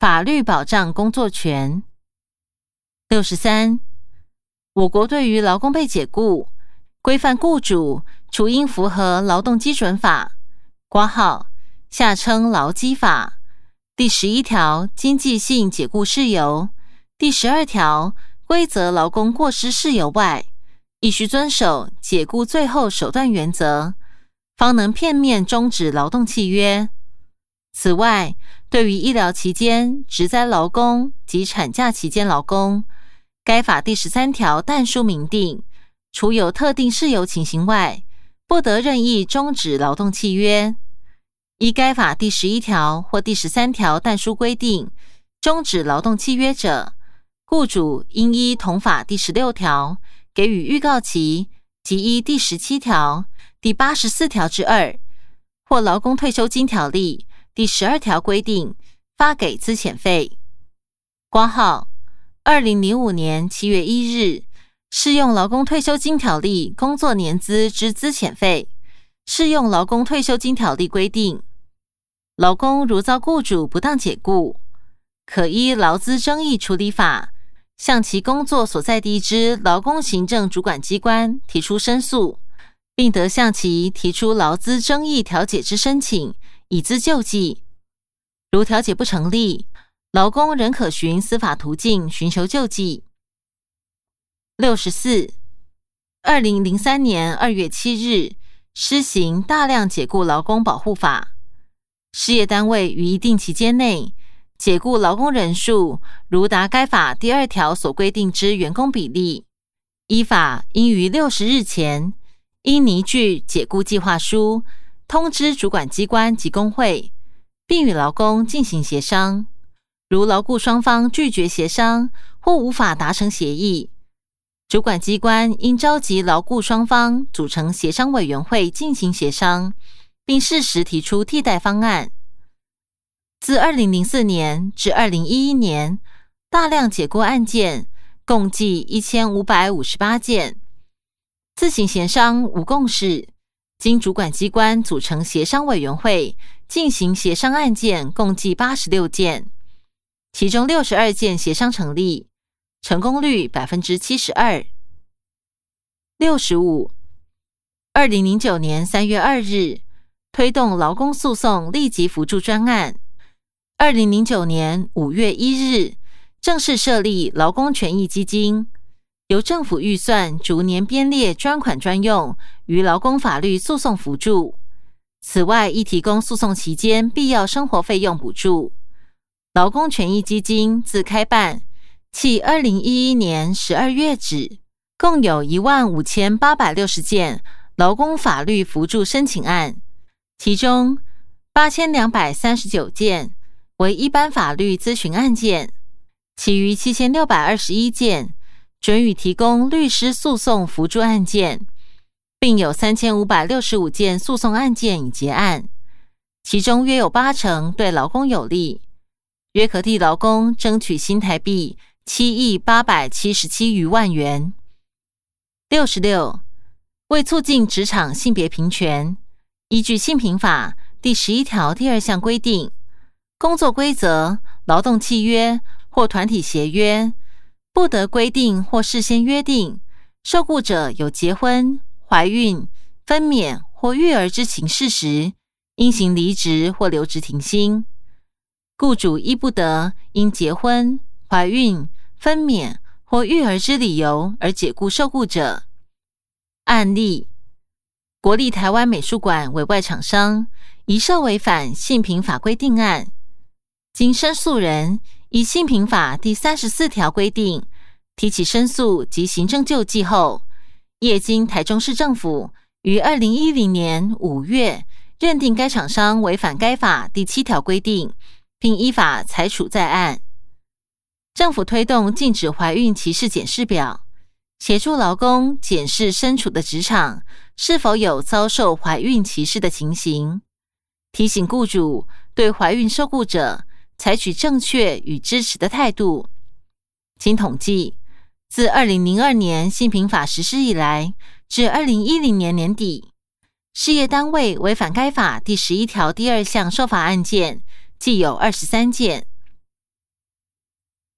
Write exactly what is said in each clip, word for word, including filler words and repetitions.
法律保障工作权。六十三，我国对于劳工被解雇，规范雇主除应符合劳动基准法（括号下称劳基法）第十一条经济性解雇事由、第十二条规则劳工过失事由外，亦须遵守解雇最后手段原则，方能片面终止劳动契约。此外，对于医疗期间、职灾劳工及产假期间劳工，该法第十三条但书明定，除有特定事由情形外，不得任意终止劳动契约。依该法第十一条或第十三条但书规定，终止劳动契约者，雇主应依同法第十六条给予预告期，及依第十七条、第八十四条之二或劳工退休金条例第十二条规定发给资遣费。括号二零零五年七月一日，适用劳工退休金条例工作年资之资遣费，适用劳工退休金条例规定，劳工如遭雇主不当解雇，可依劳资争议处理法向其工作所在地之劳工行政主管机关提出申诉，并得向其提出劳资争议调解之申请，以资救济。如调解不成立，劳工仍可循司法途径寻求救济。六十四，二零零三年二月七日施行大量解雇劳工保护法，事业单位于一定期间内解雇劳工人数如达该法第二条所规定之员工比例，依法应于六十日前应拟具解雇计划书，通知主管机关及工会，并与劳工进行协商。如劳雇双方拒绝协商或无法达成协议，主管机关应召集劳雇双方组成协商委员会进行协商，并适时提出替代方案。自二零零四年至二零一一年，大量解雇案件共计一千五百五十八件，自行协商无共识，经主管机关组成协商委员会进行协商案件共计八十六件，其中六十二件协商成立，成功率 百分之七十二。六十五，二零零九年三月二日推动劳工诉讼立即扶助专案，二零零九年五月一日正式设立劳工权益基金，由政府预算逐年编列专款专用于劳工法律诉讼扶助。此外，亦提供诉讼期间必要生活费用补助。劳工权益基金自开办迄二零一一年十二月止，共有一万五千八百六十件劳工法律扶助申请案，其中八千两百三十九件为一般法律咨询案件，其余七千六百二十一件准予提供律师诉讼扶助案件，并有三千五百六十五件诉讼案件已结案，其中约有八成对劳工有利，约可替劳工争取新台币七亿八百七十七余万元。六十六，为促进职场性别平权，依据性平法第十一条第二项规定，工作规则、劳动契约或团体协约不得规定或事先约定受雇者有结婚、怀孕、分娩或育儿之情事时，应行离职或留职停薪。雇主亦不得因结婚、怀孕、分娩或育儿之理由而解雇受雇者。案例：国立台湾美术馆委外厂商疑涉违反性平法规定案，经申诉人依性平法第三十四条规定提起申诉及行政救济后，业经台中市政府于二零一零年五月认定该厂商违反该法第七条规定，并依法裁处在案。政府推动禁止怀孕歧视检视表，协助劳工检视身处的职场是否有遭受怀孕歧视的情形，提醒雇主对怀孕受雇者采取正确与支持的态度。经统计，自二零零二年性平法实施以来至二零一零年年底，事业单位违反该法第十一条第二项受罚案件计有二十三件。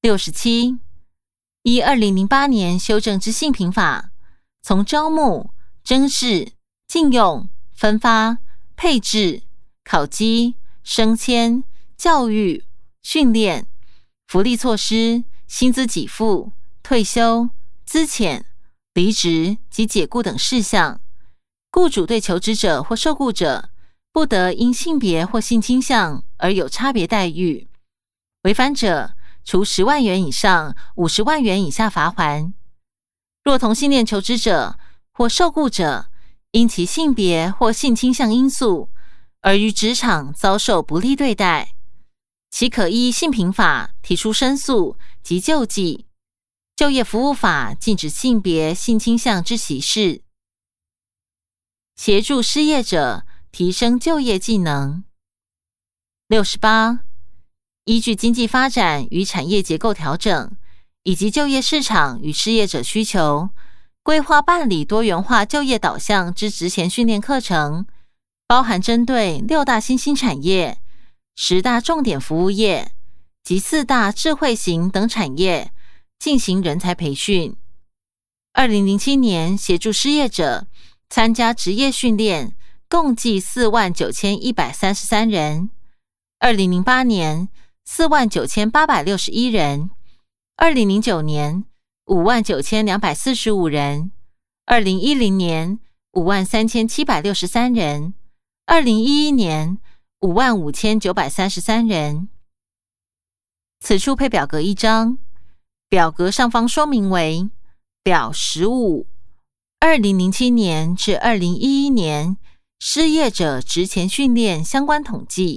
六十七，依二零零八年修正之性平法，从招募、甄试、禁用、分发、配置、考绩、升迁、教育、训练、福利措施、薪资给付、退休、资遣、离职及解雇等事项，雇主对求职者或受雇者不得因性别或性倾向而有差别待遇，违反者处十万元以上五十万元以下罚锾。若同性恋求职者或受雇者因其性别或性倾向因素而于职场遭受不利对待，其可依性平法提出申诉及救济。就业服务法禁止性别性倾向之歧视。协助失业者提升就业技能。六十八，依据经济发展与产业结构调整，以及就业市场与失业者需求，规划办理多元化就业导向之职前训练课程，包含针对六大新兴产业、十大重点服务业及四大智慧型等产业进行人才培训。二零零七年协助失业者参加职业训练共计四万九千一百三十三人，二零零八年四万九千八百六十一人，二零零九年五万九千两百四十五人，二零一零年五万三千七百六十三人，二零一一年五万五千九百三十三人。此处配表格一张，表格上方说明为表十五，二零零七年至二零一一年失业者职前训练相关统计。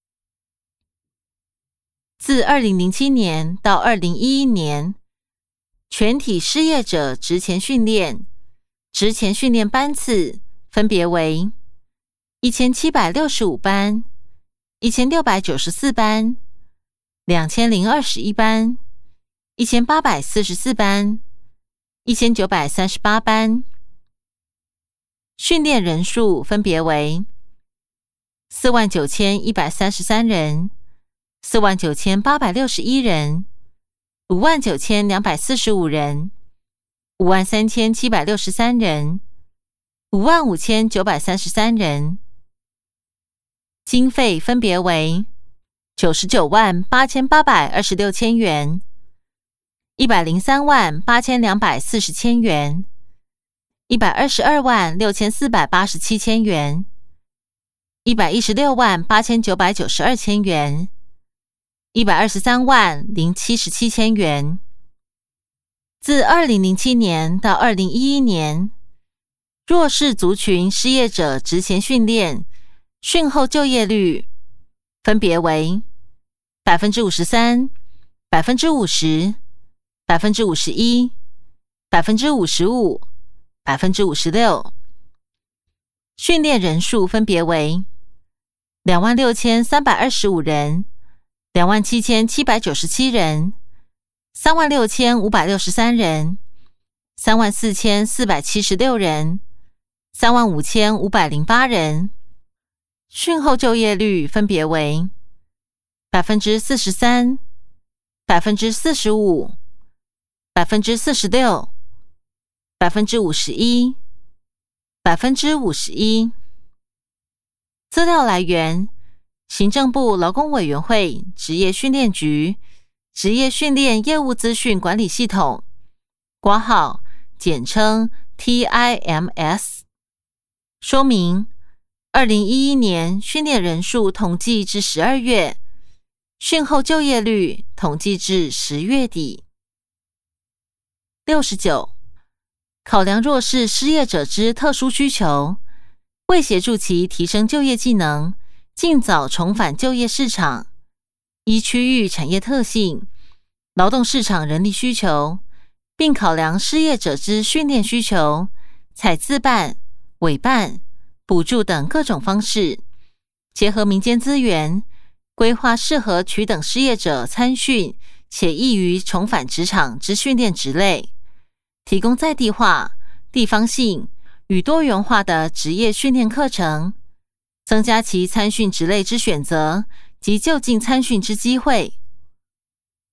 自二零零七年到二零一一年，全体失业者职前训练职前训练班次分别为一千七百六十五班、一千六百九十四班、两千零二十一班、一千八百四十四班、一千九百三十八班。训练人数分别为四万九千一百三十三人、四万九千八百六十一人、五万九千两百四十五人、五万三千七百六十三人、五万五千九百三十三人。经费分别为九十九万八千八百二十六千元、一百零三万八千两百四十千元、一百二十二万六千四百八十七千元、一百一十六万八千九百九十二千元、一百二十三万零七十七千元。自二零零七年到二零一一年，弱势族群失业者职前训练训后就业率分别为百分之五十三、百分之五十、百分之五十一、百分之五十五、百分之五十六。训练人数分别为两万六千三百二十五人、两万七千七百九十七人、三万六千五百六十三人、三万四千四百七十六人、三万五千五百零八人。训后就业率分别为百分之四十三、百分之四十五、百分之四十六、百分之五十一、百分之五十一。资料来源：行政部劳工委员会职业训练局职业训练业务资讯管理系统，括号简称 T I M S。 说明：二零一一年训练人数统计至十二月，训后就业率统计至十月底。六十九，考量弱势失业者之特殊需求，为协助其提升就业技能，尽早重返就业市场，依区域产业特性、劳动市场人力需求，并考量失业者之训练需求，采自办、委办、补助等各种方式，结合民间资源，规划适合取等失业者参训且易于重返职场之训练职类，提供在地化、地方性与多元化的职业训练课程，增加其参训职类之选择及就近参训之机会。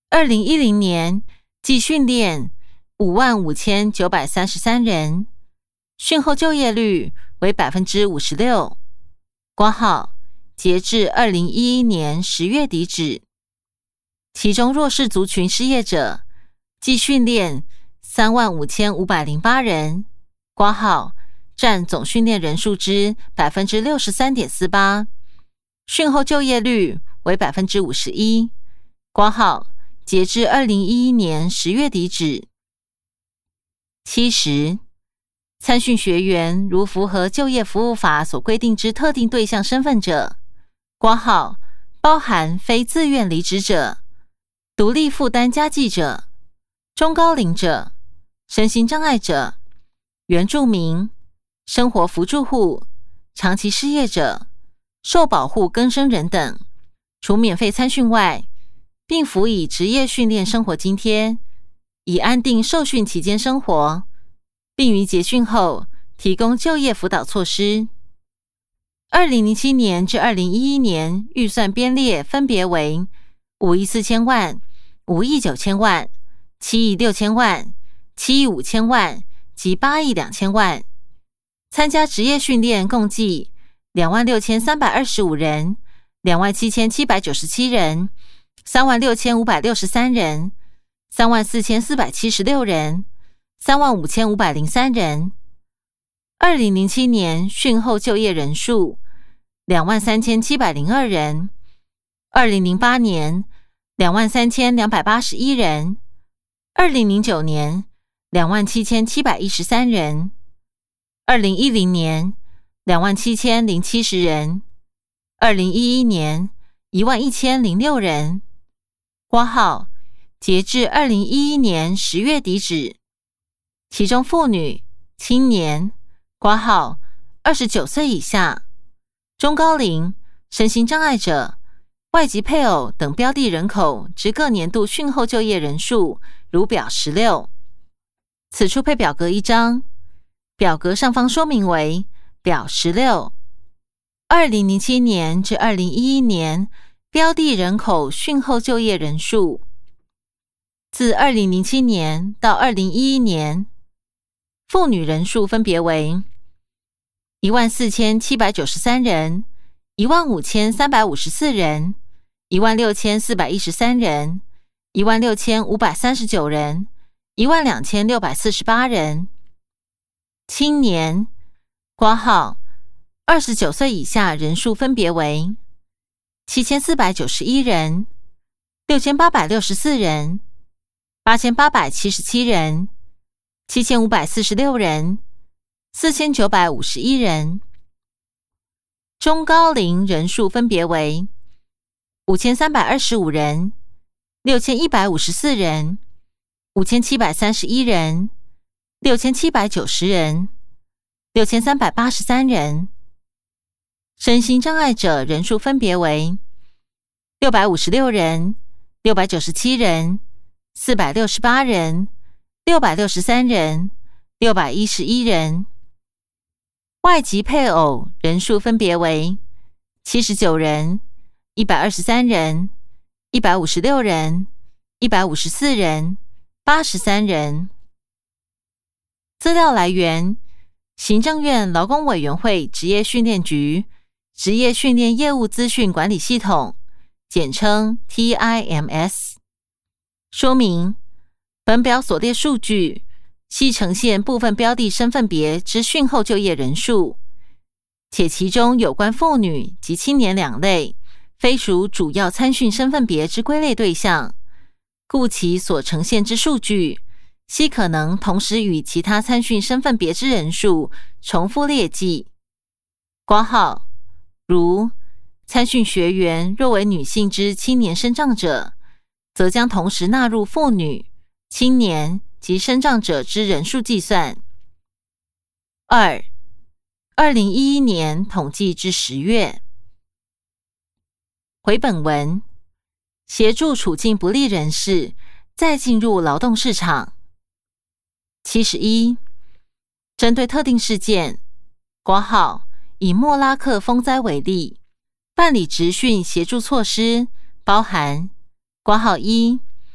二零一零年计训练五万五千九百三十三人，训后就业率为 百分之五十六， 括号截至二零一一年十月底止。其中弱势族群失业者计训练三万五千五百零八人，括号占总训练人数之 百分之六十三点四八， 训后就业率为 百分之五十一， 括号截至二零一一年十月底止。七十参训学员如符合就业服务法所规定之特定对象身份者，括号包含非自愿离职者、独立负担家计者、中高龄者、身心障碍者、原住民、生活扶助户、长期失业者、受保护更生人等，除免费参训外，并辅以职业训练生活津贴，以安定受训期间生活，并于结训后提供就业辅导措施。二零零七年至二零一一年预算编列分别为五亿四千万、五亿九千万、七亿六千万、七亿五千万及八亿两千万。参加职业训练共计两万六千三百二十五人、两万七千七百九十七人、三万六千五百六十三人、三万四千四百七十六人、三万五千五百零三人。二零零七年训后就业人数两万三千七百零二人，二零零八年两万三千两百八十一人，二零零九年两万七千七百一十三人，二零一零年两万七千零七十人，二零一一年一万一千零六人。括号截至二零一一年十月底止，其中妇女、青年（括号二十九岁以下）、中高龄、身心障碍者、外籍配偶等标的人口之各年度训后就业人数如表十六。此处配表格一张，表格上方说明为表十六。二零零七年至二零一一年标的人口训后就业人数，自二零零七年到二零一一年，妇女人数分别为一万四千七百九十三人、一万五千三百五十四人、一万六千四百一十三人、一万六千五百三十九人、一万两千六百四十八人。青年（括号二十九岁以下）人数分别为七千四百九十一人、六千八百六十四人、八千八百七十七人、七千五百四十六人、四千九百五十一人。中高龄人数分别为五千三百二十五人、六千一百五十四人、五千七百三十一人、六千七百九十人、六千三百八十三人。身心障碍者人数分别为六百五十六人、六百九十七人、四百六十八人、六百六十三人、六百一十一人。外籍配偶人数分别为七十九人、一百二十三人、一百五十六人、一百五十四人、八十三人。资料来源：行政院劳工委员会职业训练局职业训练业务资讯管理系统，简称 T I M S。 说明：本表所列数据系呈现部分标的身份别之训后就业人数，且其中有关妇女及青年两类非属主要参训身份别之归类对象，故其所呈现之数据悉可能同时与其他参训身份别之人数重复列记。括号如参训学员若为女性之青年身障者，则将同时纳入妇女、青年及身障者之人数计算。二、二零一一年统计至十月。回本文，协助处境不利人士再进入劳动市场。七十一、针对特定事件（括号以莫拉克风灾为例），办理职训协助措施包含：括号一、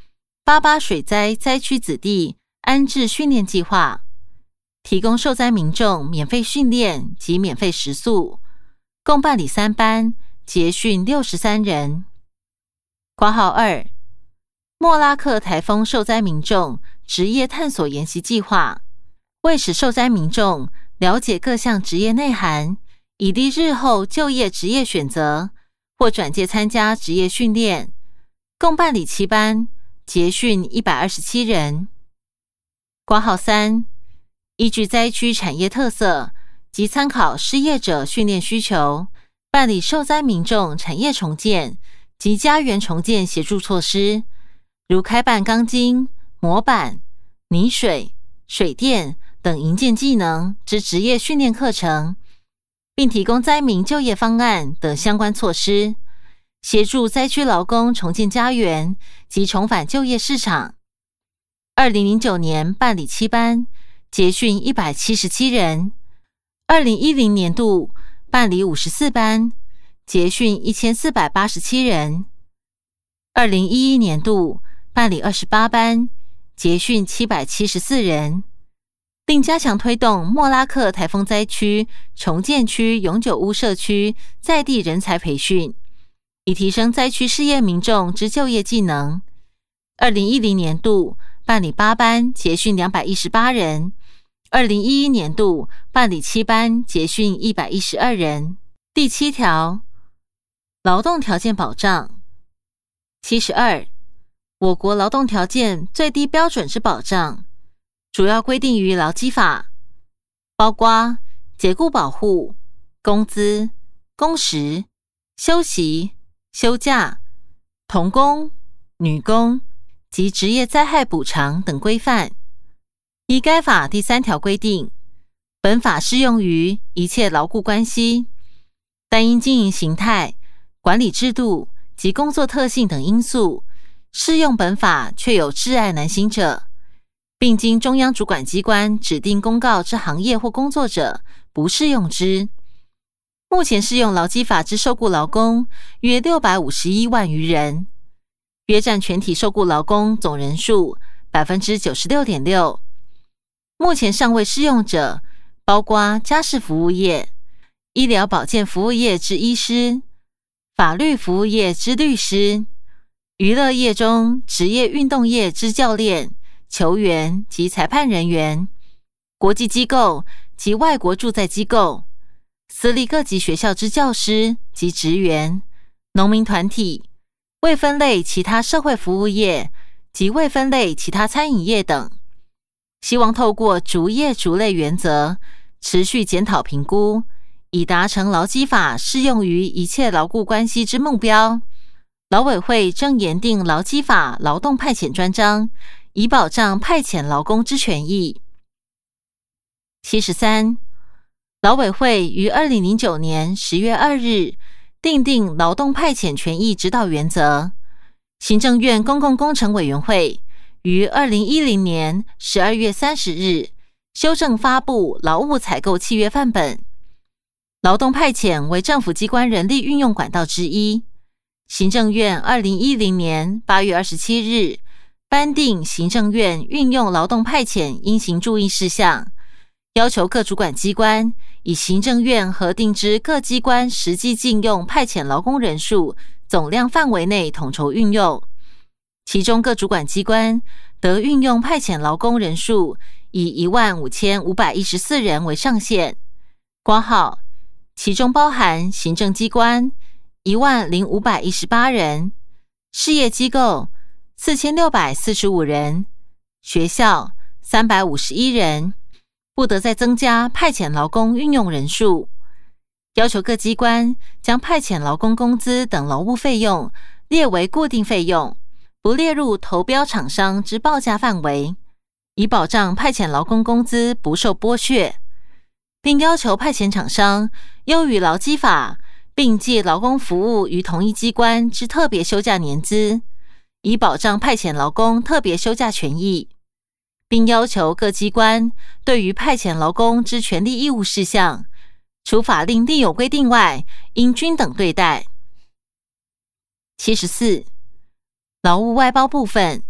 八八水灾灾区子弟安置训练计划，提供受灾民众免费训练及免费食宿，共办理三班，结训六十三人。括号二，莫拉克台风受灾民众职业探索研习计划，为使受灾民众了解各项职业内涵，以利日后就业职业选择或转介参加职业训练，共办理七班，结训一百二十七人。括号三，依据灾区产业特色及参考失业者训练需求，办理受灾民众产业重建及家园重建协助措施，如开办钢筋、模板、泥水、水电等营建技能之职业训练课程，并提供灾民就业方案等相关措施，协助灾区劳工重建家园及重返就业市场。二零零九年办理七班，结训一百七十七人。二零一零年度办理五十四班，结训一千四百八十七人。二零一一年度办理二十八班，结训七百七十四人。并加强推动莫拉克台风灾区重建区永久屋社区在地人才培训，以提升灾区失业民众之就业技能。二零一零年度办理八班，结训两百一十八人。二零一一年度办理七班，结训一百一十二人。第七条，劳动条件保障。七十二，我国劳动条件最低标准之保障，主要规定于劳基法，包括解雇保护、工资、工时、休息、休假、童工、女工及职业灾害补偿等规范。依该法第三条规定，本法适用于一切劳雇关系，但因经营形态、管理制度及工作特性等因素，适用本法却有窒碍难行者，并经中央主管机关指定公告之行业或工作者，不适用之。目前适用劳基法之受雇劳工约六百五十一万余人，约占全体受雇劳工总人数 百分之九十六点六。 目前尚未适用者，包括家事服务业、医疗保健服务业之医师、法律服务业之律师、娱乐业中职业运动业之教练、球员及裁判人员、国际机构及外国驻在机构、私立各级学校之教师及职员、农民团体、未分类其他社会服务业及未分类其他餐饮业等。希望透过逐业逐类原则，持续检讨评估，以达成劳基法适用于一切劳雇关系之目标。劳委会正研定劳基法劳动派遣专章，以保障派遣劳工之权益。七十三，劳委会于二零零九年十月二日订定劳动派遣权益指导原则，行政院公共工程委员会于二零一零年十二月三十日修正发布劳务采购契约范本。劳动派遣为政府机关人力运用管道之一。行政院二零一零年八月二十七日颁定行政院运用劳动派遣应行注意事项，要求各主管机关以行政院核定之各机关实际禁用派遣劳工人数总量范围内统筹运用。其中各主管机关得运用派遣劳工人数以一万五千五百一十四人为上限，括号其中包含行政机关一万零五百一十八人，事业机构四千六百四十五人，学校三百五十一人，不得再增加派遣劳工运用人数。要求各机关将派遣劳工工资等劳务费用列为固定费用，不列入投标厂商之报价范围，以保障派遣劳工工资不受剥削，并要求派遣厂商优于劳基法，并借劳工服务于同一机关之特别休假年资，以保障派遣劳工特别休假权益，并要求各机关对于派遣劳工之权利义务事项，除法令另有规定外，应均等对待。七十四，劳务外包部分，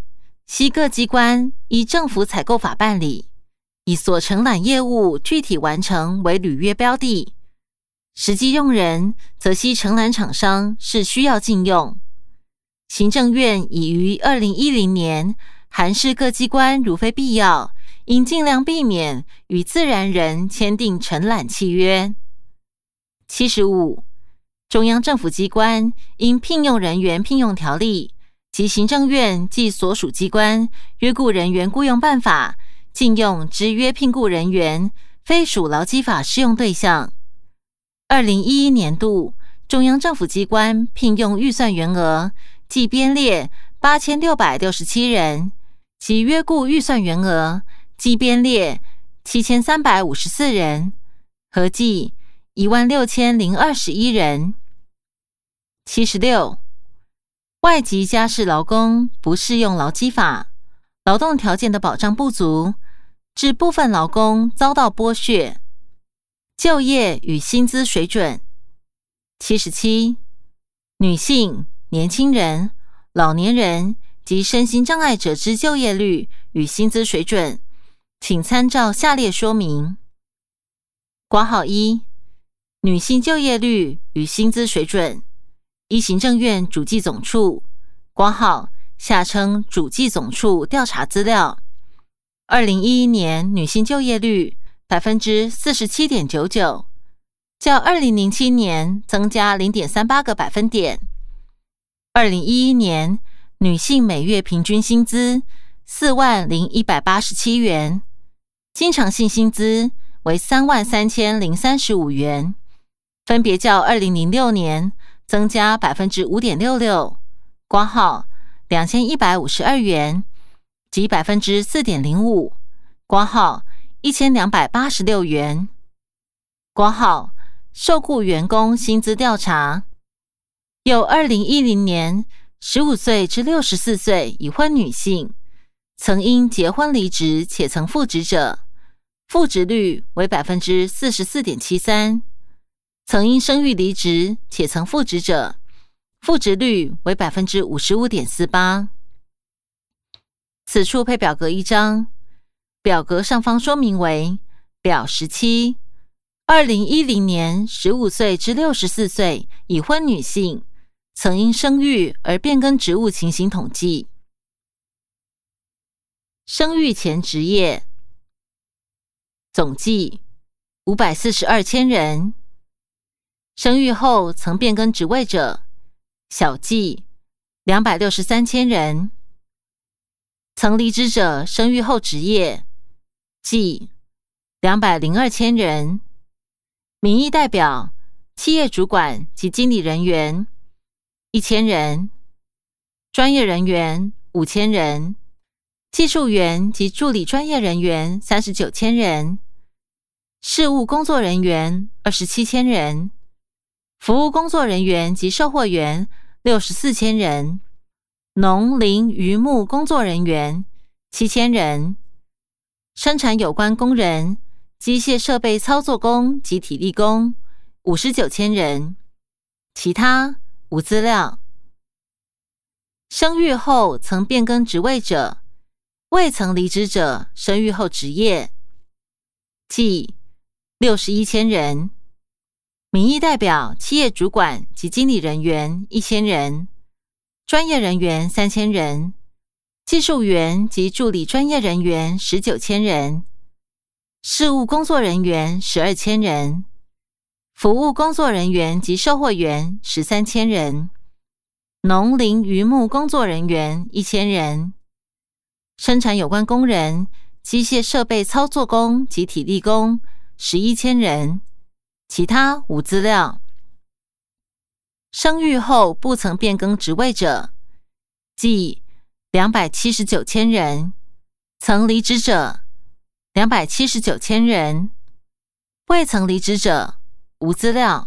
悉各机关依政府采购法办理，以所承揽业务具体完成为履约标的，实际用人则悉承揽厂商是需要禁用。行政院已于二零一零年函示各机关，如非必要，应尽量避免与自然人签订承揽契约。七十五、中央政府机关因聘用人员聘用条例及行政院及所属机关约雇人员雇用办法禁用之约聘雇人员，非属劳基法适用对象。二零一一年度中央政府机关聘用预算员额即编列八千六百六十七人，及约雇预算员额即编列七千三百五十四人，合计一万六千零二十一人。七十六、外籍家事劳工不适用劳基法，劳动条件的保障不足，致部分劳工遭到剥削。就业与薪资水准。七十七、女性、年轻人、老年人及身心障碍者之就业率与薪资水准，请参照下列说明。括号一、女性就业率与薪资水准，依行政院主计总处括号下称主计总处调查资料，二零一一年女性就业率 百分之四十七点九九， 较二零零七年增加 零点三八个百分点。二零一一年女性每月平均薪资四万零一百八十七元，经常性薪资为三万三千零三十五元，分别较二零零六年增加 百分之五点六六，括号两千一百五十二元及 百分之四点零五，括号一千两百八十六元。括号受雇员工薪资调查，有二零一零年十五岁至六十四岁已婚女性，曾因结婚离职且曾复职者，复职率为 百分之四十四点七三， 曾因生育离职且曾复职者，复职率为 百分之五十五点四八。此处配表格一张，表格上方说明为表十七，二零一零年十五岁至六十四岁已婚女性曾因生育而变更职务情形统计。生育前职业总计五百四十二千人，生育后曾变更职位者小计两百六十三千人，曾离职者生育后职业计两百零二千人，民意代表、企业主管及经理人员一千人，专业人员五千人，技术员及助理专业人员三十九千人，事务工作人员二十七千人，服务工作人员及售货员六十四千人，农林渔牧工作人员七千人，生产有关工人、机械设备操作工及体力工五十九千人，其他无资料。生育后曾变更职位者，未曾离职者生育后职业计六十一千人，民意代表、企业主管及经理人员一千人，专业人员三千人，技术员及助理专业人员十九千人，事务工作人员十二千人，服务工作人员及售货员十三千人，农林渔牧工作人员一千人，生产有关工人、机械设备操作工及体力工十一千人，其他无资料。生育后不曾变更职位者计两百七十九千人，曾离职者两百七十九千人，未曾离职者无资料。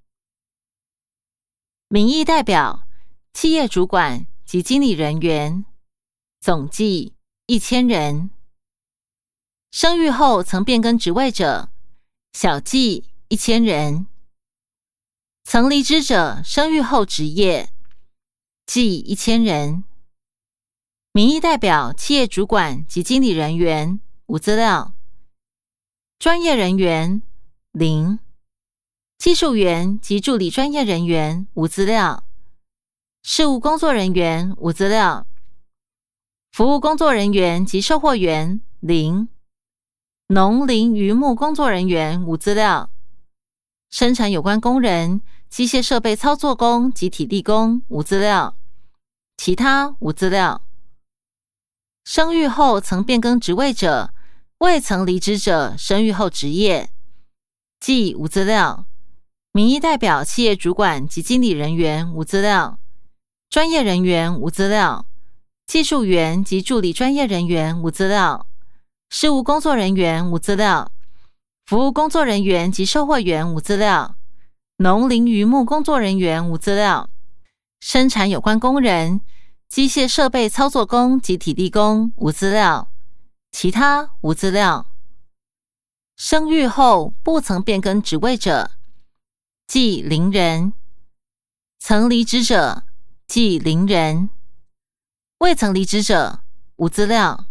民意代表、企业主管及经理人员总计一千人，生育后曾变更职位者小计一千人，曾离职者生育后职业计一千人， 民意代表、企业主管及经理人员无资料。专业人员零。技术员及助理专业人员无资料。事务工作人员无资料。服务工作人员及售货员零。农林渔牧工作人员无资料。生产有关工人、机械设备操作工及体力工无资料。其他无资料。生育后曾变更职位者，未曾离职者生育后职业，即无资料。民意代表、企业主管及经理人员无资料。专业人员无资料。技术员及助理专业人员无资料。事务工作人员无资料。服务工作人员及售货员无资料。农林渔牧工作人员无资料。生产有关工人、机械设备操作工及体力工无资料。其他无资料。生育后不曾变更职位者，即零人。曾离职者，即零人。未曾离职者无资料。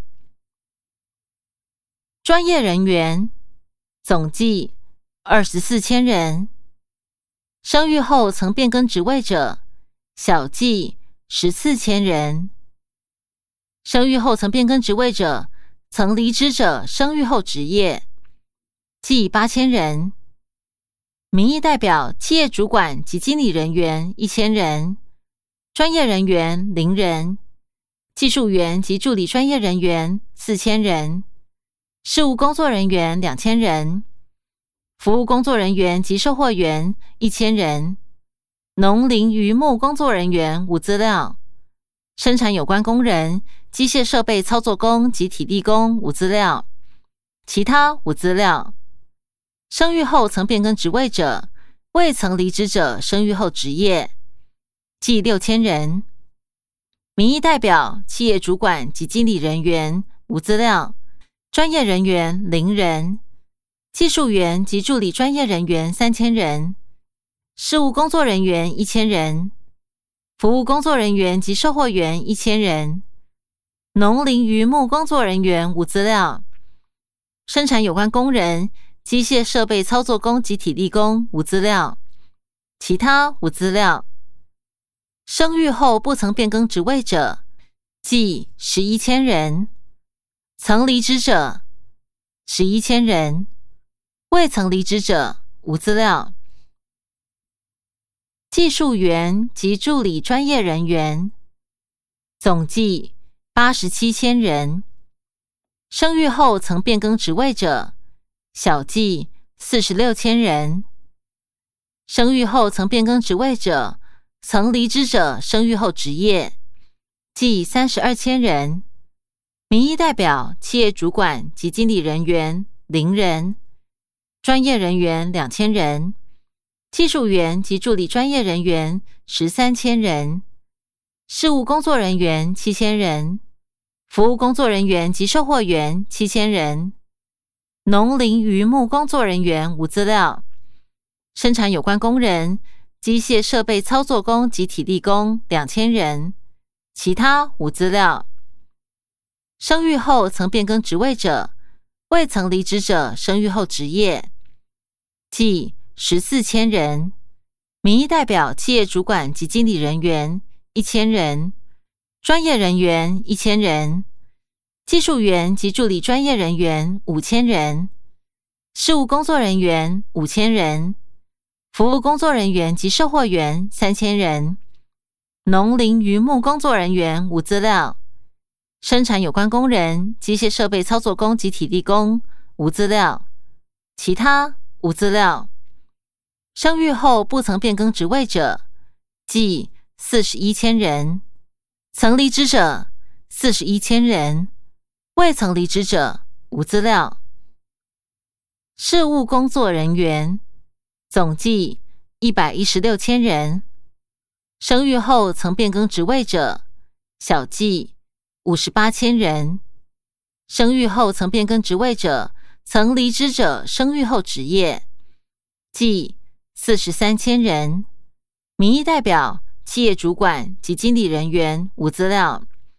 专业人员总计二十四千人。生育后曾变更职位者，小计十四千人。生育后曾变更职位者，曾离职者生育后职业，计八千人。民意代表、企业主管及经理人员一千人。专业人员零人。技术员及助理专业人员四千人。事务工作人员两千人。服务工作人员及售货员一千人。农林渔牧工作人员无资料。生产有关工人、机械设备操作工及体力工无资料。其他无资料。生育后曾变更职位者，未曾离职者生育后职业，计六千人。民意代表、企业主管及经理人员无资料。专业人员零人。技术员及助理专业人员三千人。事务工作人员一千人。服务工作人员及售货员一千人。农林渔牧工作人员无资料。生产有关工人、机械设备操作工及体力工无资料。其他无资料。生育后不曾变更职位者，计十一千人。曾离职者十一千人。未曾离职者无资料。技术员及助理专业人员总计八十七千人。生育后曾变更职位者，小计四十六千人。生育后曾变更职位者，曾离职者生育后职业，计三十二千人。民意代表、企业主管及经理人员零人。专业人员两千人。技术员及助理专业人员十三千人。事务工作人员七千人。服务工作人员及售货员七千人。农林渔牧工作人员无资料。生产有关工人、机械设备操作工及体力工两千人。其他无资料。生育后曾变更职位者，未曾离职者生育后职业，计十四千人。民意代表、企业主管及经理人员一千人。专业人员一千人。技术员及助理专业人员五千人。事务工作人员五千人。服务工作人员及售货员三千人。农林渔牧工作人员无资料。生产有关工人、机械设备操作工及体力工无资料。其他无资料。生育后不曾变更职位者，计四十一千人。曾离职者四十一千人。未曾离职者无资料。事务工作人员总计一百一十六千人。生育后曾变更职位者，小计五十八千人。生育后曾变更职位者，曾离职者生育后职业，计四十三千人。民意代表、企业主管及经理人员无资料。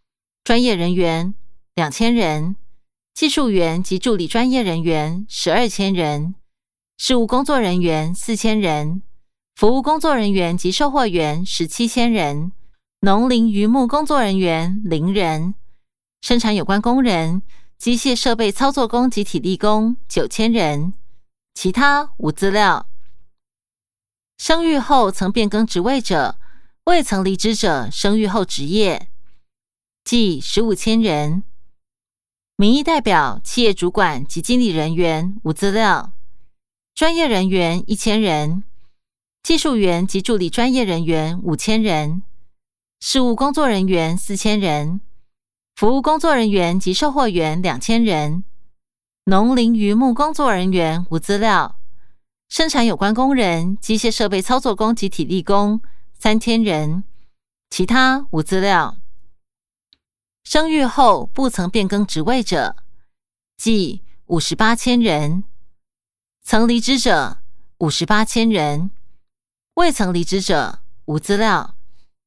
专业人员两千人，技术员及助理专业人员十二千人，事务工作人员四千人，服务工作人员及售货员十七千人，农林渔牧工作人员零人，生产有关工人、机械设备操作工及体力工九千人，其他无资料。生育后曾变更职位者，未曾离职者生育后职业，计十五千人。民意代表、企业主管及经理人员无资料，专业人员一千人，技术员及助理专业人员五千人，事务工作人员四千人，服务工作人员及售货员两千人，农林渔牧工作人员无资料，生产有关工人、机械设备操作工及体力工三千人，其他无资料。生育后不曾变更职位者，计五十八千人，曾离职者五十八千人，未曾离职者无资料。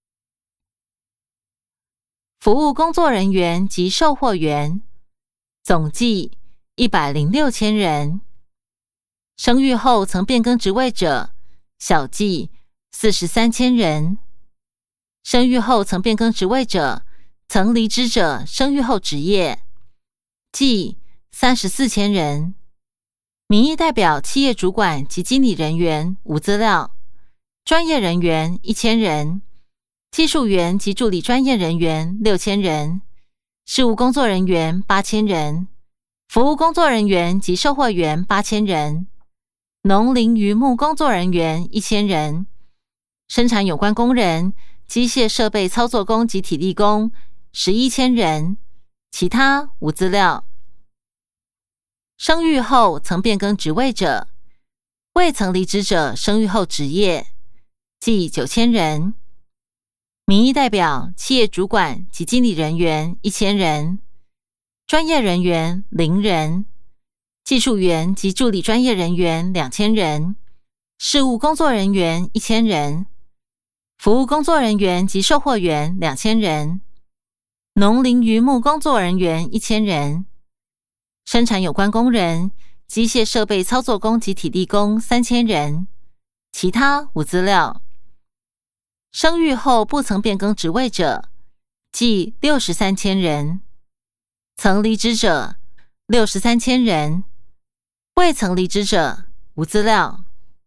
服务工作人员及售货员总计一百零六千人，生育后曾变更职位者小计四十三千人，生育后曾变更职位者、曾离职者生育后职业计三十四千人，民意代表、企业主管及经理人员无资料，专业人员一千人，技术员及助理专业人员六千人，事务工作人员八千人，服务工作人员及售货员八千人，农林渔牧工作人员一千人，生产有关工人、机械设备操作工及体力工十一千人，其他无资料。生育后曾变更职位者，未曾离职者生育后职业计九千人，民意代表、企业主管及经理人员一千人，专业人员零人，技术员及助理专业人员两千人，事务工作人员一千人，服务工作人员及售货员两千人，农林渔牧工作人员一千人，生产有关工人、机械设备操作工及体力工三千人，其他无资料。生育后不曾变更职位者，计六十三千人，曾离职者六十三千人，未曾离职者无资料。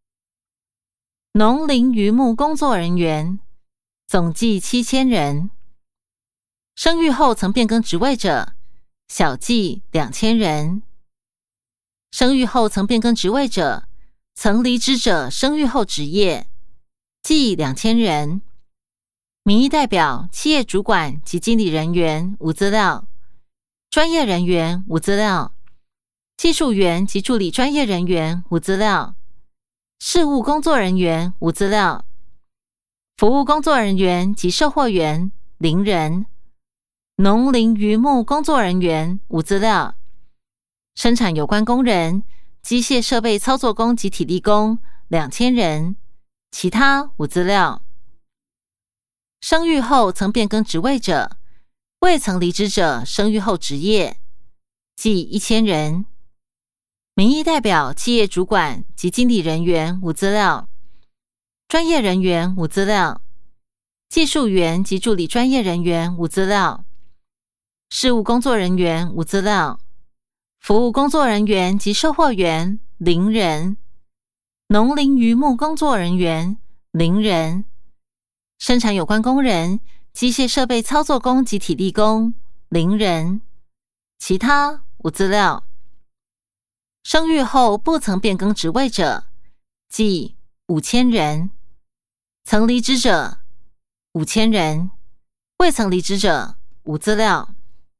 农林渔牧工作人员总计七千人，生育后曾变更职位者小计两千人，生育后曾变更职位者、曾离职者生育后职业计两千人，民意代表、企业主管及经理人员无资料，专业人员无资料，技术员及助理专业人员无资料，事务工作人员无资料，服务工作人员及售货员零人，农林渔牧工作人员无资料，生产有关工人、机械设备操作工及体力工两千人，其他无资料。生育后曾变更职位者，未曾离职者生育后职业计一千人，民意代表、企业主管及经理人员无资料，专业人员无资料，技术员及助理专业人员无资料，事务工作人员无资料，服务工作人员及售货员零人，农林渔牧工作人员零人，生产有关工人、机械设备操作工及体力工零人，其他无资料。生育后不曾变更职位者计五千人，曾离职者五千人，未曾离职者无资料。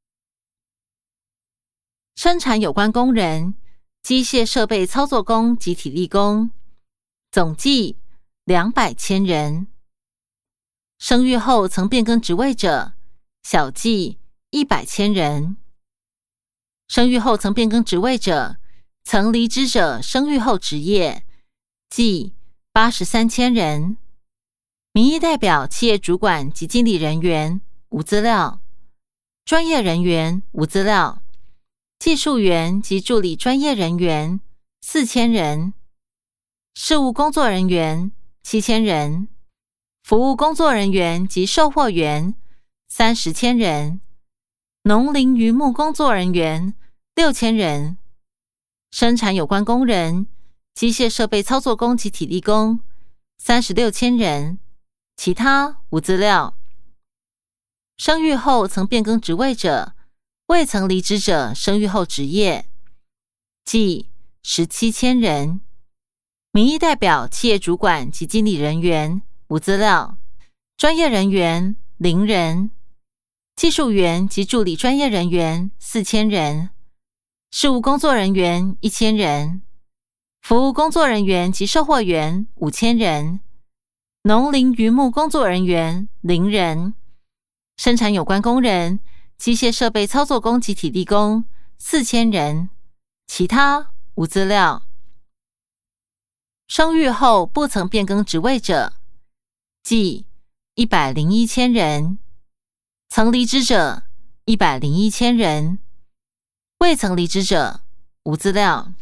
生产有关工人、机械设备操作工及体力工总计两百千人，生育后曾变更职位者小计一百千人，生育后曾变更职位者、曾离职者生育后职业计八十三千人，民意代表、企业主管及经理人员无资料， 专业人员无资料，技术员及助理专业人员四千人，事务工作人员七千人，服务工作人员及售货员三十千人，农林渔牧工作人员六千人，生产有关工人、机械设备操作工及体力工三十六千人，其他无资料。生育后曾变更职位者，未曾离职者生育后职业，计十七千人。民意代表、企业主管及经理人员无资料，专业人员零人，技术员及助理专业人员四千人，事务工作人员一千人，服务工作人员及售货员五千人，农林渔牧工作人员零人，生产有关工人、机械设备操作工及体力工四千人，其他无资料。生育后不曾变更职位者，计一百零一千人，曾离职者一百零一千人，未曾离职者无资料。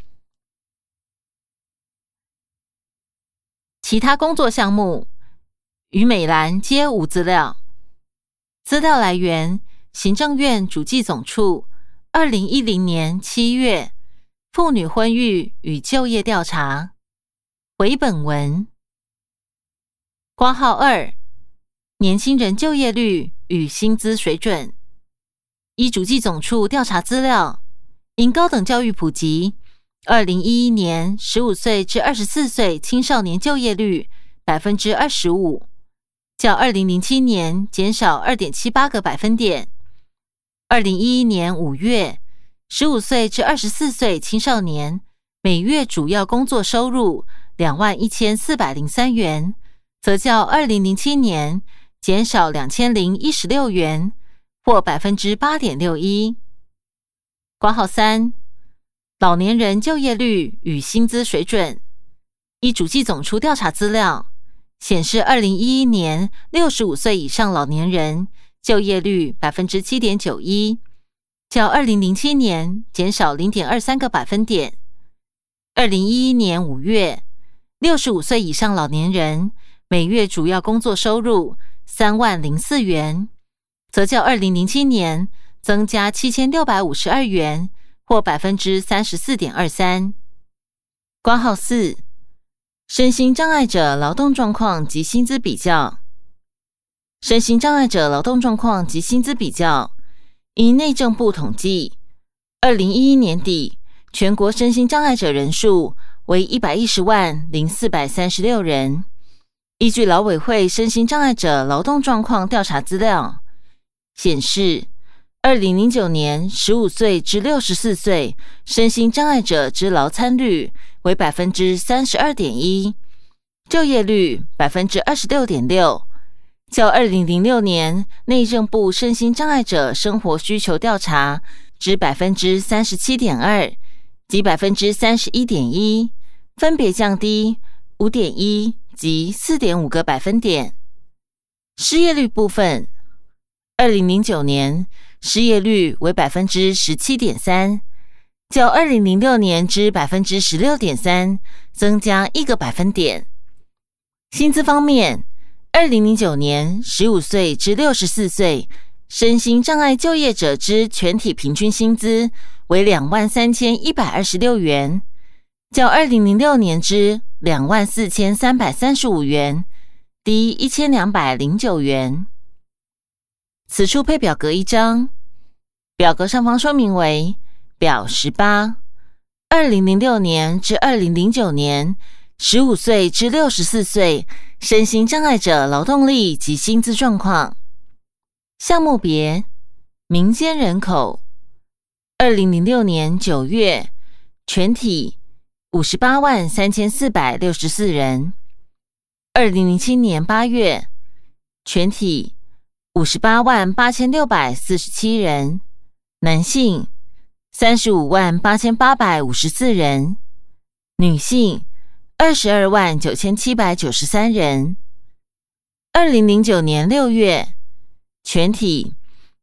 其他工作项目与美兰皆无资料。资料来源：行政院主计总处二零一零年七月妇女婚育与就业调查。为本文。括号二，年轻人就业率与薪资水准。依主计总处调查资料，因高等教育普及，二零一一年十五岁至二十四岁青少年就业率 百分之二十五， 较二零零七年减少 二点七八 个百分点。二零一一年五月，十五岁至二十四岁青少年每月主要工作收入两万一千四百零三元，则较二零零七年减少两千零一十六元，或 百分之八点六一。括号三，老年人就业率与薪资水准。依主计总处调查资料显示，二零一一年六十五岁以上老年人就业率 百分之七点九一， 较二零零七年减少 零点二三 个百分点。二零一一年五月，六十五岁以上老年人每月主要工作收入三万零四元，则较二零零七年增加七千六百五十二元，或 百分之三十四点二三。括号四，身心障碍者劳动状况及薪资比较。身心障碍者劳动状况及薪资比较，依内政部统计，二零一一年底全国身心障碍者人数为一百一十万零四百三十六人。依据劳委会身心障碍者劳动状况调查资料显示，二零零九年十五岁至六十四岁身心障碍者之劳参率为 百分之三十二点一， 就业率 百分之二十六点六， 较二零零六年内政部身心障碍者生活需求调查之 百分之三十七点二 及 百分之三十一点一， 分别降低 五点一 及 四点五 个百分点。失业率部分，二零零九年失业率为 百分之十七点三， 较二零零六年之 百分之十六点三 增加一个百分点。薪资方面，二零零九年十五岁至六十四岁身心障碍就业者之全体平均薪资为 两万三千一百二十六元，较二零零六年之 两万四千三百三十五元低一千两百零九元。此处配表格一张，表格上方说明为表十八，二零零六年至二零零九年十五岁至六十四岁身心障碍者劳动力及薪资状况。项目别，民间人口，二零零六年九月全体五十八万三千四百六十四人，二零零七年八月全体五十八万八千六百四十七人，男性三十五万八千八百五十四人，女性二十二万九千七百九十三人。二零零九年六月全体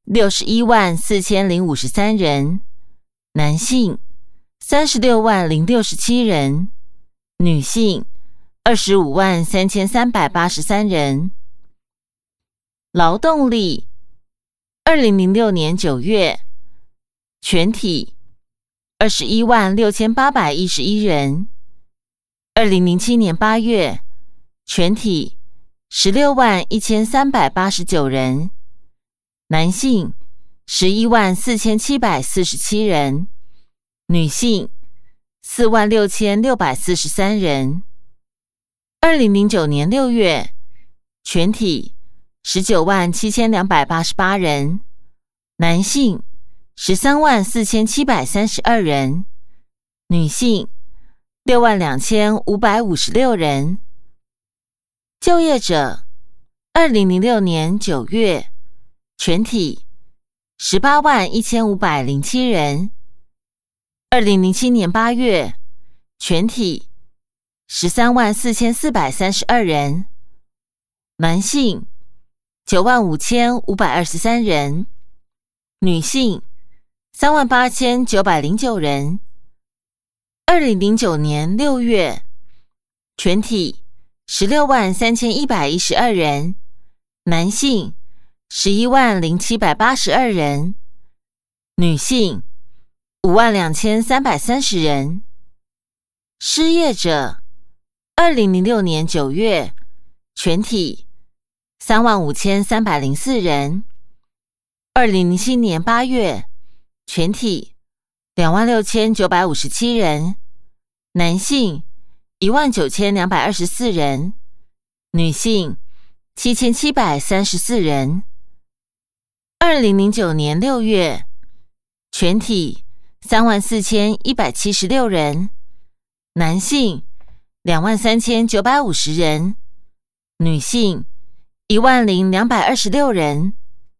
六十一万四千零五十三人，男性三十六万零六十七人，女性二十五万三千三百八十三人。劳动力二零零六年九月，全体二十一万六千八百一十一人，二零零七年八月，全体十六万一千三百八十九人，男性十一万四千七百四十七人，女性四万六千六百四十三人。二零零九年六月，全体十九万七千两百八十八人，男性十三万四千七百三十二人，女性六万两千五百五十六人。就业者二零零六年九月，全体十八万一千五百零七人，二零零七年八月，全体十三万四千四百三十二人，男性九万五千五百二十三人，女性三万八千九百零九人。二零零九年六月，全体十六万三千一百一十二人，男性十一万零七百八十二人，女性五万两千三百三十人。失业者二零零六年九月，全体三万五千三百零四人，二零零七年八月，全体两万六千九百五十七人，男性一万九千两百二十四人，女性七千七百三十四人。二零零九年六月，全体三万四千一百七十六人，男性两万三千九百五十人，女性一万零两百二十六人。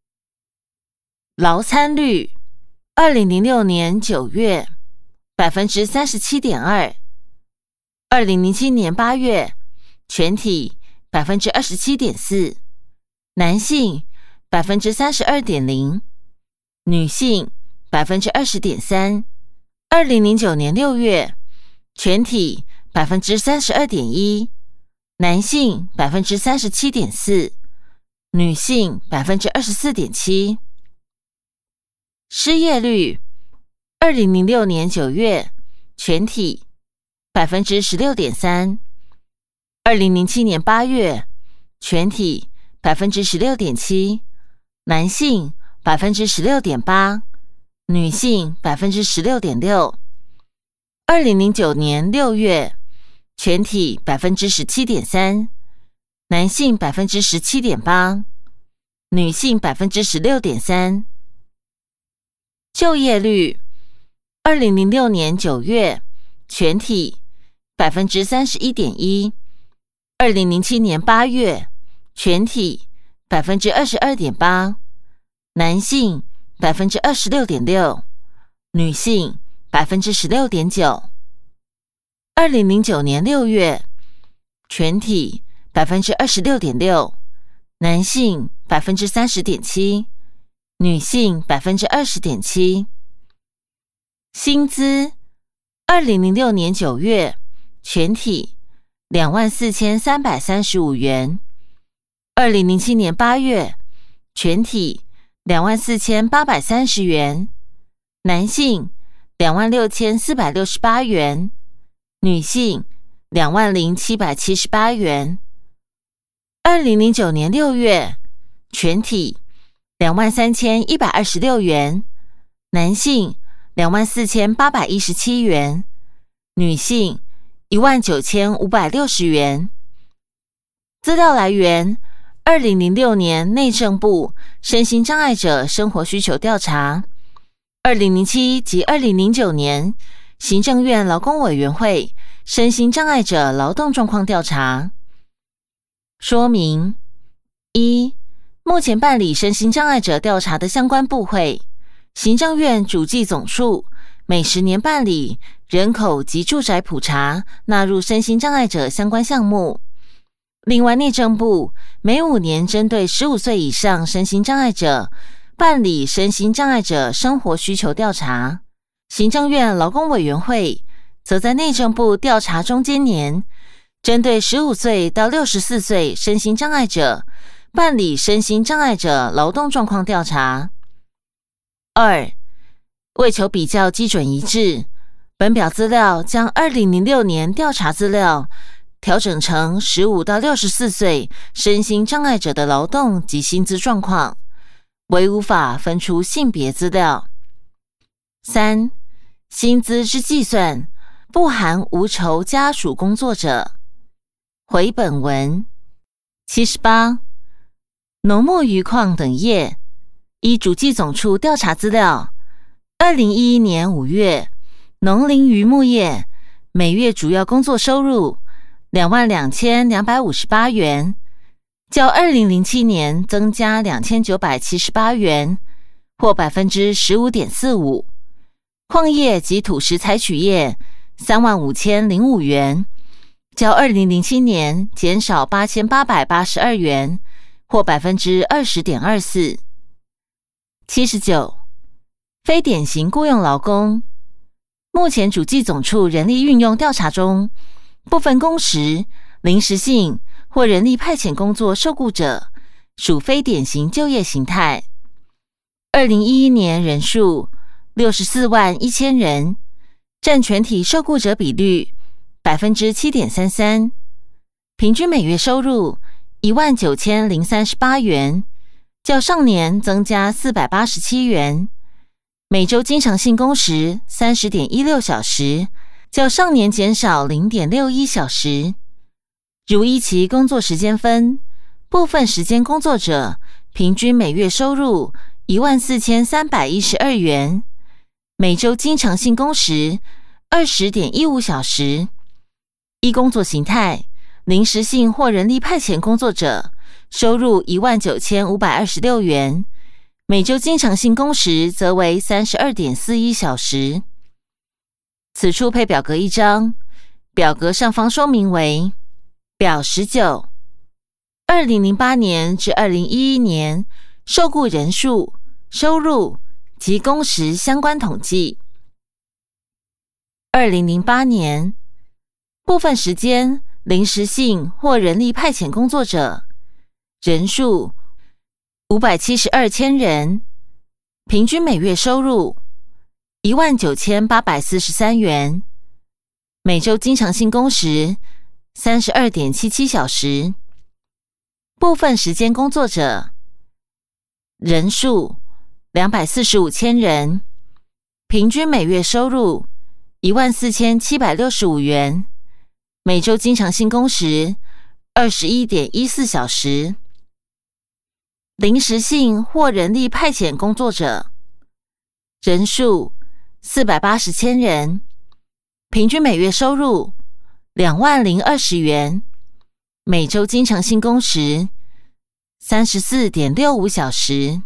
劳参率二零零六年九月百分之三十七点二，二零零七年八月，全体百分之二十七点四，男性百分之三十二点零，女性百分之二十点三。二零零九年六月，全体百分之三十二点一，男性百分之三十七点四，女性百分之二十四点七。失业率二零零六年九月，全体百分之十六点三，二零零七年八月，全体百分之十六点七，男性百分之十六点八，女性百分之十六点六。二零零九年六月，全体百分之十七点三，男性百分之十七点八，女性百分之十六点三。就业率二零零六年九月，全体百分之三十一点一，二零零七年八月，全体百分之二十二点八，男性百分之二十六点六，女性百分之十六点九。二零零九年六月，全体百分之二十六点六，男性百分之三十点七，女性百分之二十点七。薪资二零零六年九月，全体两万四千三百三十五元，二零零七年八月，全体两万四千八百三十元，男性两万六千四百六十八元，女性两万零七百七十八元。二零零九年六月，全体两万三千一百二十六元，男性两万四千八百一十七元，女性一万九千五百六十元。资料来源二零零六年内政部身心障碍者生活需求调查，二零零七及二零零九年行政院劳工委员会身心障碍者劳动状况调查。说明：一、目前办理身心障碍者调查的相关部会，行政院主计总处每十年办理人口及住宅普查纳入身心障碍者相关项目。另外，内政部每五年针对十五岁以上身心障碍者办理身心障碍者生活需求调查。行政院劳工委员会则在内政部调查中间年，针对十五岁到六十四岁身心障碍者办理身心障碍者劳动状况调查。二、为求比较基准一致，本表资料将二零零六年调查资料调整成十五到六十四岁身心障碍者的劳动及薪资状况，为无法分出性别资料。三、薪资之计算不含无酬家属工作者。回本文。七十八、农牧渔矿等业，依主计总处调查资料，二零一一年五月，农林渔牧业每月主要工作收入两万两千两百五十八元，较二零零七年增加两千九百七十八元，或百分之十五点四五。矿业及土石采取业三万五千零五元，较二零零七年减少八千八百八十二元，或百分之二十点二四。七十九、非典型雇用劳工，目前主计总处人力运用调查中，部分工时、临时性或人力派遣工作受雇者属非典型就业形态。二零一一年人数六十四万一千人，占全体受雇者比率百分之七点三三，平均每月收入一万九千零三十八元，较上年增加四百八十七元。每周经常性工时三十点一六小时，较上年减少零点六一小时。如依其工作时间分，部分时间工作者平均每月收入一万四千三百一十二元，每周经常性工时二十点一五小时。依工作形态，临时性或人力派遣工作者收入一万九千五百二十六元，每周经常性工时则为三十二点四一小时。此处配表格一张，表格上方说明为表十九，二零零八年至二零一一年受雇人数、收入及工时相关统计。二零零八年，部分时间临时性或人力派遣工作者人数五百七十二千人，平均每月收入一万九千八百四十三元，每周经常性工时三十二点七七小时。部分时间工作者人数两百四十五千人，平均每月收入一万四千七百六十五元，每周经常性工时二十一点一四小时。临时性或人力派遣工作者人数四百八十千人，平均每月收入两万零二十元，每周经常性工时三十四点六五小时。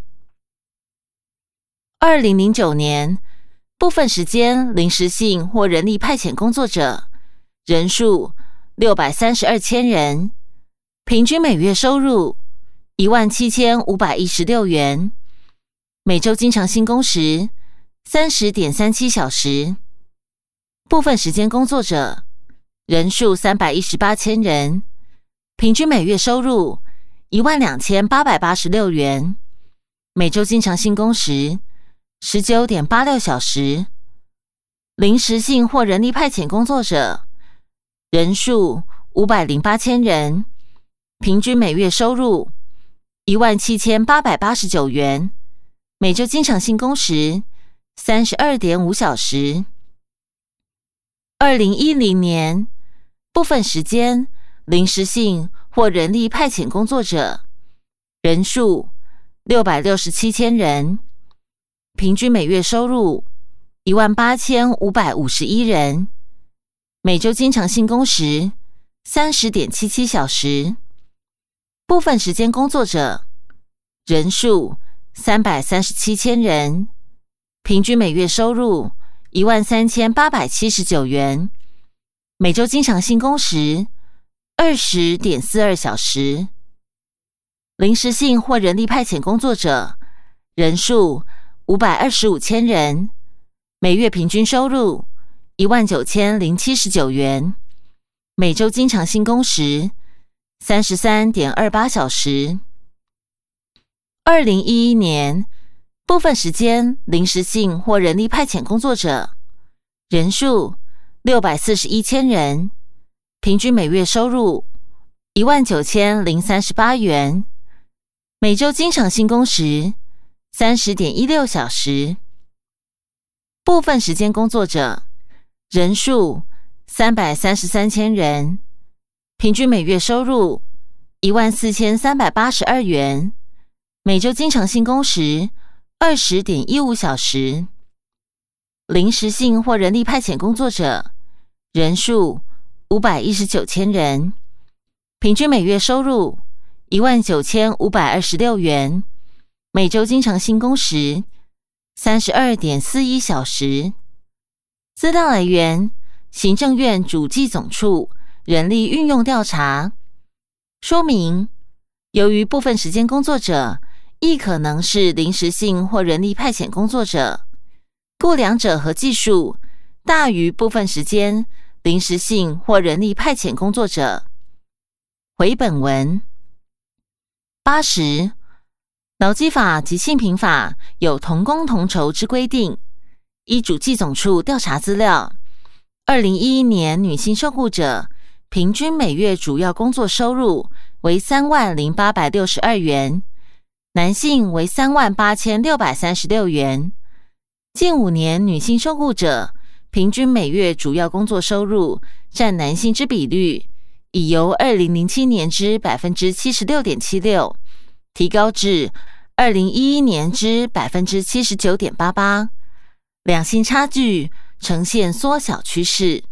二零零九年，部分时间临时性或人力派遣工作者人数六百三十二千人，平均每月收入一万七千五百一十六元，每周经常性工时三十点三七小时。部分时间工作者人数三百一十八千人，平均每月收入一万两千八百八十六元，每周经常性工时十九点八六小时。临时性或人力派遣工作者人数五百零八千人，平均每月收入一万七千八百八十九元，每周经常性工时三十二点五小时。二零一零年，部分时间临时性或人力派遣工作者人数六百六十七千人，平均每月收入一万八千五百五十一元，每周经常性工时三十点七七小时。部分时间工作者人数三百三十七千人，平均每月收入一万三千八百七十九元，每周经常性工时二十点四二小时。临时性或人力派遣工作者人数五百二十五千人，每月平均收入一万九千零七十九元，每周经常性工时三十三点二八小时。二零一一年，部分时间临时性或人力派遣工作者，人数六百四十一千人，平均每月收入一万九千零三十八元，每周经常性工时三十点一六小时。部分时间工作者，人数三百三十三千人，平均每月收入一万四千三百八十二元，每周经常性工时二十点一五小时。临时性或人力派遣工作者，人数五百一十九千人，平均每月收入一万九千五百二十六元，每周经常性工时三十二点四一小时。资料来源：行政院主计总处人力运用调查。说明：由于部分时间工作者亦可能是临时性或人力派遣工作者，故两者合计数大于部分时间、临时性或人力派遣工作者。回本文。八十、劳基法及性平法有同工同酬之规定。依主计总处调查资料，二零一一年女性受雇者平均每月主要工作收入为三万零八百六十二元，男性为三万八千六百三十六元。近五年女性受雇者平均每月主要工作收入占男性之比率，已由二零零七年之 百分之七十六点七六 提高至二零一一年之 百分之七十九点八八，两性差距呈现缩小趋势。